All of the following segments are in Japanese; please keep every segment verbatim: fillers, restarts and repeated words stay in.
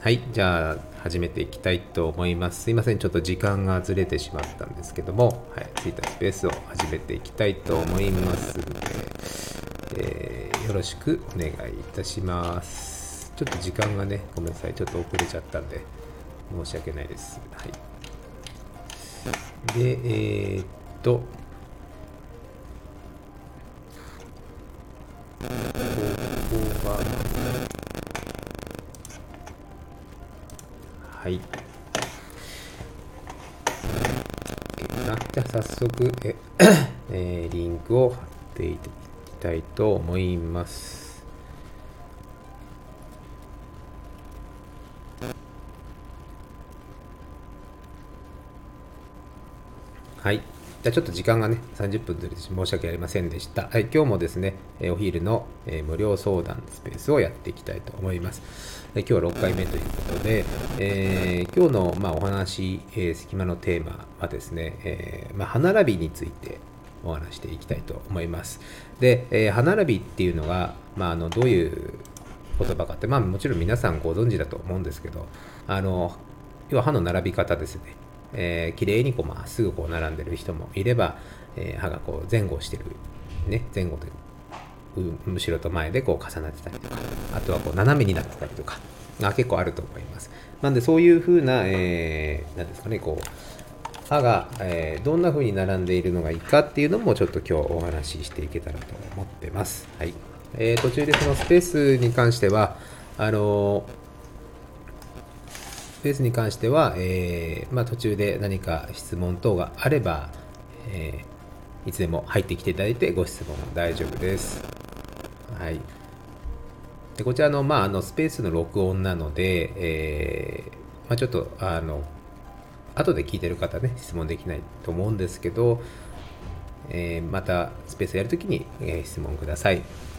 はい、じゃあ始めていきたいと思います。すいません、ちょっと時間がずれてしまったんですけども、はい、ついたスペースを始めていきたいと思いますので、えーよろしくお願いいたします。ちょっと時間がね、ごめんなさい、ちょっと遅れちゃったんで、申し訳ないです。はい。で、えーっと、ここは、はい。じゃあ早速え、えーリンクを貼っていきたいと思います。はい。じゃあちょっと時間がね、さんじゅっぷんずれて申し訳ありませんでした。はい、今日もですね、えーお昼の、えー無料相談スペースをやっていきたいと思います。で今日はろっかいめということで、えー今日の、まあ、お話、えー隙間のテーマはですね、えーまあ、歯並びについてお話していきたいと思います。で、えー歯並びっていうのが、まあ、あのどういう言葉かって、まあ、もちろん皆さんご存知だと思うんですけど、あの要は歯の並び方ですね。えー、綺麗にこうまっすぐこう並んでる人もいれば、えー歯がこう前後してる、ね、前後で後ろと前でこう重なってたりとか、あとはこう斜めになってたりとかが結構あると思います。なんでそういう風な、えー、なんですかね、こう歯が、えーどんな風に並んでいるのがいいかっていうのもちょっと今日お話ししていけたらと思ってます。はい。えー途中でそのスペースに関しては、あのースペースに関しては、えーまあ、途中で何か質問等があれば、えーいつでも入ってきていただいてご質問大丈夫です。はい。でこちらの、まあ、あのスペースの録音なので、えーまあ、ちょっとあの後で聞いてる方ね質問できないと思うんですけど、えーまたスペースやるときに、えー質問ください。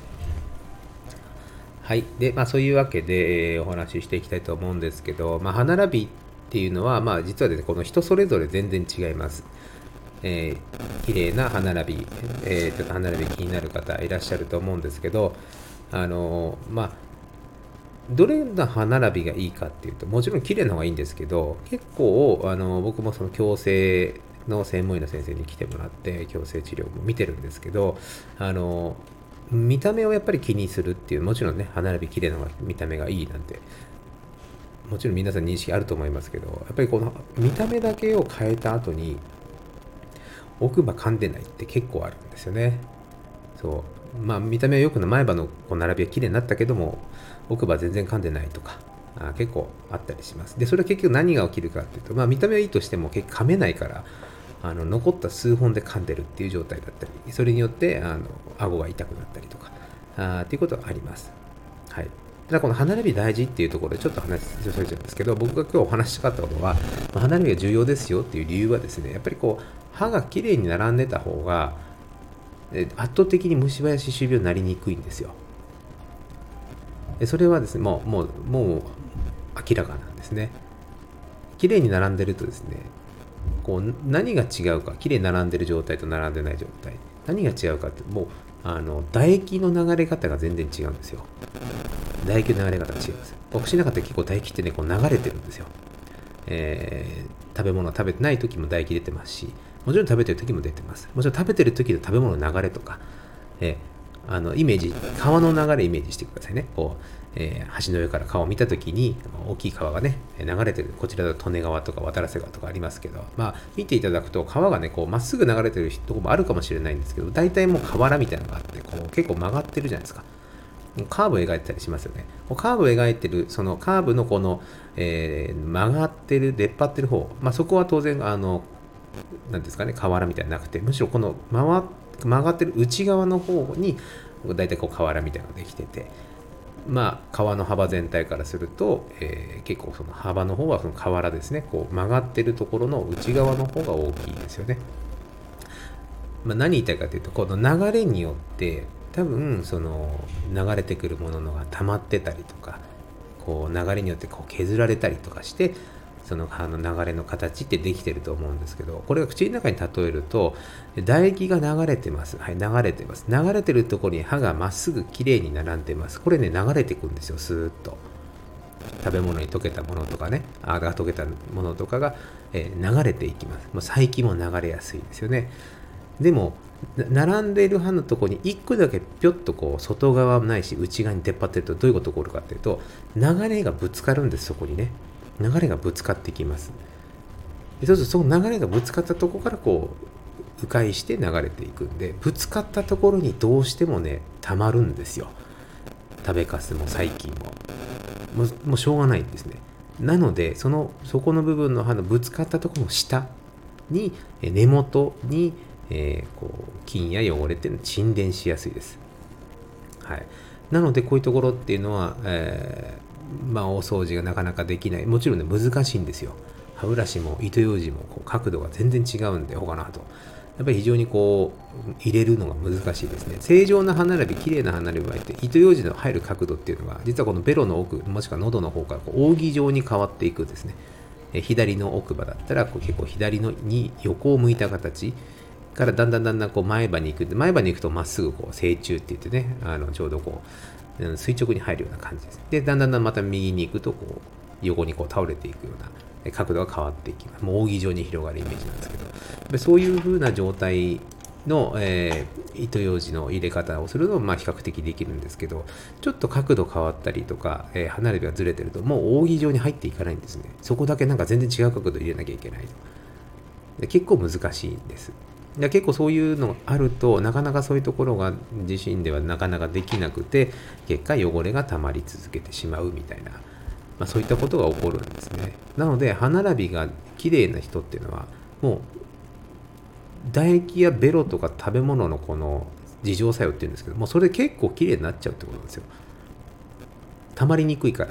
はい。で、まあそういうわけで、えーお話ししていきたいと思うんですけど、まあ歯並びっていうのは、まあ実はですね、この人それぞれ全然違います。えー、綺麗な歯並び、えーちょっと歯並び気になる方いらっしゃると思うんですけど、あのーまあ、どれの歯並びがいいかっていうと、もちろん綺麗な方がいいんですけど、結構、あの僕もその矯正の専門医の先生に来てもらって、矯正治療も見てるんですけど、あの見た目をやっぱり気にするっていう、もちろんね、歯並び綺麗な方が見た目がいいなんて、もちろん皆さん認識あると思いますけど、やっぱりこの見た目だけを変えた後に、奥歯噛んでないって結構あるんですよね。そう。まあ見た目は良くない、前歯のこう並びは綺麗になったけども、奥歯全然噛んでないとか、あ結構あったりします。で、それは結局何が起きるかっていうと、まあ見た目はいいとしても結構噛めないから、あの残った数本で噛んでるっていう状態だったり、それによってあの顎が痛くなったりとか、あっていうことがあります。はい。ただこの歯並び大事っていうところでちょっと話しそれちゃうんですけど、僕が今日お話ししたかったことは、まあ歯並びが重要ですよっていう理由はですね、やっぱりこう歯がきれいに並んでた方がえ圧倒的に虫歯や歯周病になりにくいんですよ。でそれはですね、もうもうもう明らかなんですね。きれいに並んでるとですね、こう何が違うか、きれいに並んでる状態と並んでない状態、何が違うかって、もうあの唾液の流れ方が全然違うんですよ。唾液の流れ方が違うんですよ。お口の中って結構唾液ってね、こう流れてるんですよ。えー食べ物を食べてない時も唾液出てますし、もちろん食べてる時も出てます。もちろん食べてる時の食べ物の流れとか、えーあのイメージ、川の流れイメージしてくださいね。こう、えー橋の上から川を見た時に、大きい川がね、流れてる、こちらだと利根川とか渡良瀬川とかありますけど、まあ、見ていただくと川がね、こう、まっすぐ流れてるところもあるかもしれないんですけど、大体もう河原みたいなのがあって、こう結構曲がってるじゃないですか。カーブを描いてたりしますよね。カーブを描いてる、そのカーブのこの、えー曲がってる、出っ張ってる方、まあ、そこは当然、あの、なんですかね、河原みたいになくて、むしろこの回曲がってる内側の方に、大体こう河原みたいなのができてて、まあ、川の幅全体からすると、えー結構その幅の方はその河原ですね、こう曲がってるところの内側の方が大きいですよね。まあ、何言いたいかというと、この流れによって多分その流れてくるものが溜まってたりとか、こう流れによってこう削られたりとかして、その歯の流れの形ってできてると思うんですけど、これが口の中に例えると、唾液が流れてます。はい、流れてます。流れてるところに歯がまっすぐきれいに並んでます。これね、流れていくんですよ、スーッと。 食べ物に溶けたものとかね、あが溶けたものとかが、えー、流れていきます。もう細菌も流れやすいですよね。でも並んでいる歯のところにいっこだけぴょっとこう外側ないし内側に出っ張ってるとどういうことが起こるかっていうと、流れがぶつかるんです。そこにね、流れがぶつかってきます。でそうするとその流れがぶつかったところからこう迂回して流れていくんで、ぶつかったところにどうしてもね溜まるんですよ。食べかすも細菌ももう、もうしょうがないんですね。なのでそのそこの部分の歯のぶつかったところの下に根元に、えー、こう菌や汚れっていうのは沈殿しやすいです。はい、なのでこういうところっていうのは、えー、まあ大掃除がなかなかできない。もちろんね難しいんですよ。歯ブラシも糸ようじもこう角度が全然違うんで、他の歯とやっぱり非常にこう入れるのが難しいですね。正常な歯並び、綺麗な歯並びの場合って糸ようじの入る角度っていうのが実はこのベロの奥もしくは喉の方からこう扇状に変わっていくんですね。え左の奥歯だったらこう結構左のに横を向いた形からだんだんだんだんこう前歯に行くんで、前歯に行くとまっすぐこう正中って言ってね、あのちょうどこう垂直に入るような感じです。でだんだんだんまた右に行くとこう横にこう倒れていくような角度が変わっていきます。もう扇状に広がるイメージなんですけど、そういう風な状態の、えー、糸ようじの入れ方をするのはまあ比較的できるんですけど、ちょっと角度変わったりとか、えー、歯並びがずれてるともう扇状に入っていかないんですね。そこだけなんか全然違う角度入れなきゃいけないと。で結構難しいんです。で結構そういうのがあるとなかなかそういうところが自身ではなかなかできなくて、結果汚れが溜まり続けてしまうみたいな、まあ、そういったことが起こるんですね。なので歯並びが綺麗な人っていうのはもう唾液やベロとか食べ物のこの自浄作用っていうんですけども、それで結構綺麗になっちゃうってことなんですよ。溜まりにくいから。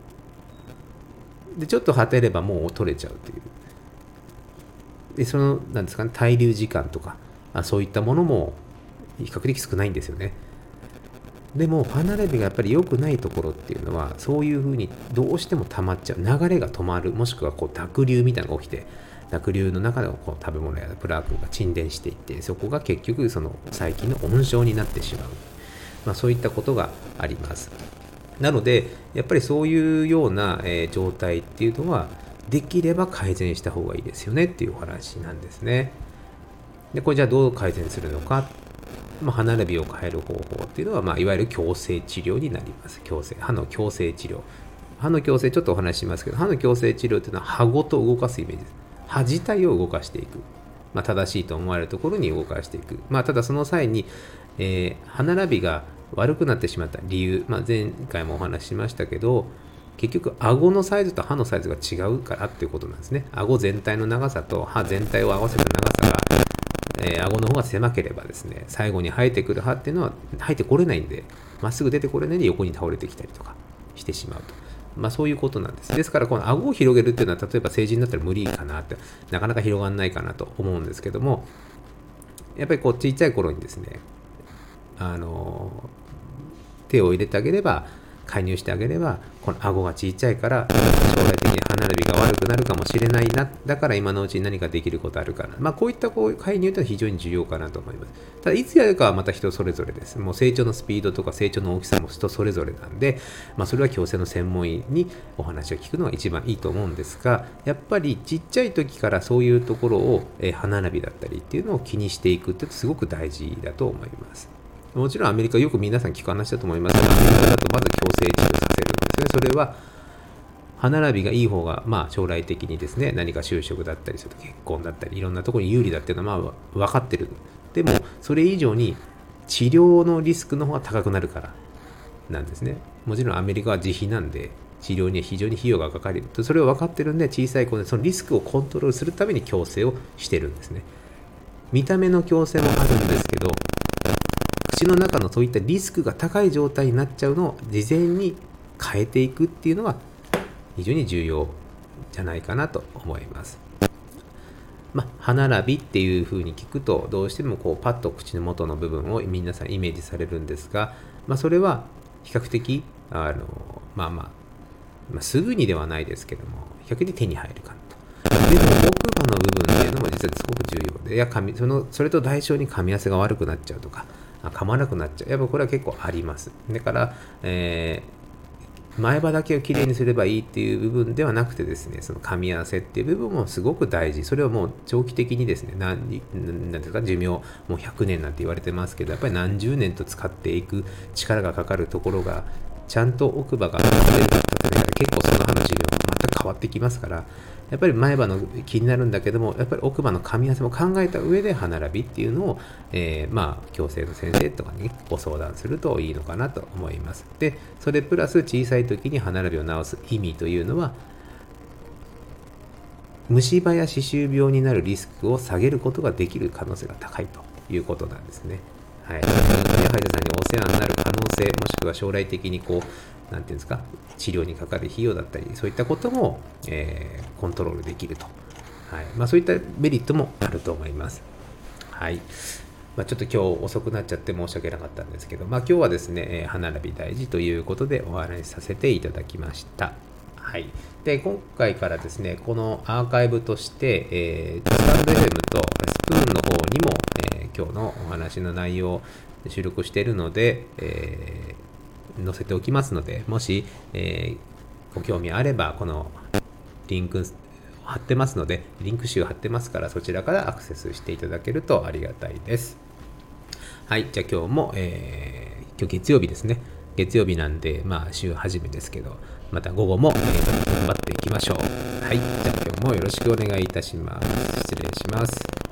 でちょっと果てればもう取れちゃうっていう。でそのなんですかね、滞留時間とかあそういったものも比較的少ないんですよね。でも歯並びがやっぱり良くないところっていうのはそういうふうにどうしても溜まっちゃう、流れが止まる、もしくはこう濁流みたいなのが起きて、濁流の中でこう食べ物やプラークが沈殿していって、そこが結局その細菌の温床になってしまう、まあ、そういったことがあります。なのでやっぱりそういうような、えー、状態っていうのはできれば改善した方がいいですよねっていうお話なんですね。でこれじゃあどう改善するのか、まあ、歯並びを変える方法っていうのは、まあ、いわゆる矯正治療になります。矯正、歯の矯正治療。歯の矯正ちょっとお話ししますけど、歯の矯正治療っていうのは歯ごと動かすイメージです。歯自体を動かしていく。まあ、正しいと思われるところに動かしていく。まあ、ただその際に、えー、歯並びが悪くなってしまった理由、まあ、前回もお話ししましたけど、結局顎のサイズと歯のサイズが違うからっていうことなんですね。顎全体の長さと歯全体を合わせた長さが、えー、顎の方が狭ければですね、最後に生えてくる歯っていうのは生えてこれないんで、まっすぐ出てこれないで横に倒れてきたりとかしてしまうと。まあそういうことなんです。ですからこの顎を広げるっていうのは例えば成人だったら無理かなって、なかなか広がらないかなと思うんですけども、やっぱりこう小さい頃にですね、あの手を入れてあげれば、介入してあげれば、この顎が小さいから将来的に歯並びが悪くなるかもしれないな、だから今のうちに何かできることあるかな、まあ、こういったこう介入というのは非常に重要かなと思います。ただいつやるかはまた人それぞれです。もう成長のスピードとか成長の大きさも人それぞれなんで、まあ、それは矯正の専門医にお話を聞くのが一番いいと思うんですが、やっぱりちっちゃい時からそういうところを、えー、歯並びだったりっていうのを気にしていくってすごく大事だと思います。もちろんアメリカよく皆さん聞く話だと思いますが、アメリカだとまず矯正治療させるんですね。それは歯並びがいい方が、まあ、将来的にですね、何か就職だったりすると結婚だったりいろんなところに有利だっていうのはまあ分かってる。でもそれ以上に治療のリスクの方が高くなるからなんですね。もちろんアメリカは自費なんで治療には非常に費用がかかる。それを分かってるんで、小さい子でそのリスクをコントロールするために矯正をしてるんですね。見た目の矯正もあるんですけど、口の中のそういったリスクが高い状態になっちゃうのを事前に変えていくっていうのは非常に重要じゃないかなと思います。まあ、歯並びっていう風に聞くとどうしてもこうパッと口の元の部分を皆さんイメージされるんですが、まあ、それは比較的あの、まあまあ、まあすぐにではないですけども比較的手に入るかなと。でも奥歯の部分っていうのも実はすごく重要で、いや噛みそのそれと代償に噛み合わせが悪くなっちゃうとか噛まなくなっちゃう、やっぱこれは結構あります。だから、え前歯だけをきれいにすればいいっていう部分ではなくてですね、その噛み合わせっていう部分もすごく大事。それはもう長期的にですね、何なんですか、寿命もうひゃくねんなんて言われてますけど、やっぱり何十年と使っていく力がかかるところが、ちゃんと奥歯が立てるか立てないかで結構その歯の寿命が全く変わってきますから、やっぱり前歯の気になるんだけども、やっぱり奥歯の噛み合わせも考えた上で歯並びっていうのを、えー、まあ矯正の先生とかにご相談するといいのかなと思います。で、それプラス小さい時に歯並びを治す意味というのは、虫歯や歯周病になるリスクを下げることができる可能性が高いということなんですね。はい、本当に歯医者さんにお世話になる可能性、もしくは将来的にこう、なんていうんですか、治療にかかる費用だったり、そういったことも、えー、コントロールできると。はいまあ、そういったメリットもあると思います。はい。まあ、ちょっと今日遅くなっちゃって申し訳なかったんですけど、まあ、今日はですね、えー、歯並び大事ということでお話しさせていただきました。はい。で、今回からですね、このアーカイブとして、えー、スタンド エフエム とスプーンの方にも、えー、今日のお話の内容を収録しているので、えー、載せておきますので、もし、えー、ご興味あれば、このリンクを貼ってますので、リンク集貼ってますから、そちらからアクセスしていただけるとありがたいです。はい、じゃあ今日も、えー、今日月曜日ですね。月曜日なんで、まあ週始めですけど、また午後も、えー、頑張っていきましょう。はい、じゃあ今日もよろしくお願いいたします。失礼します。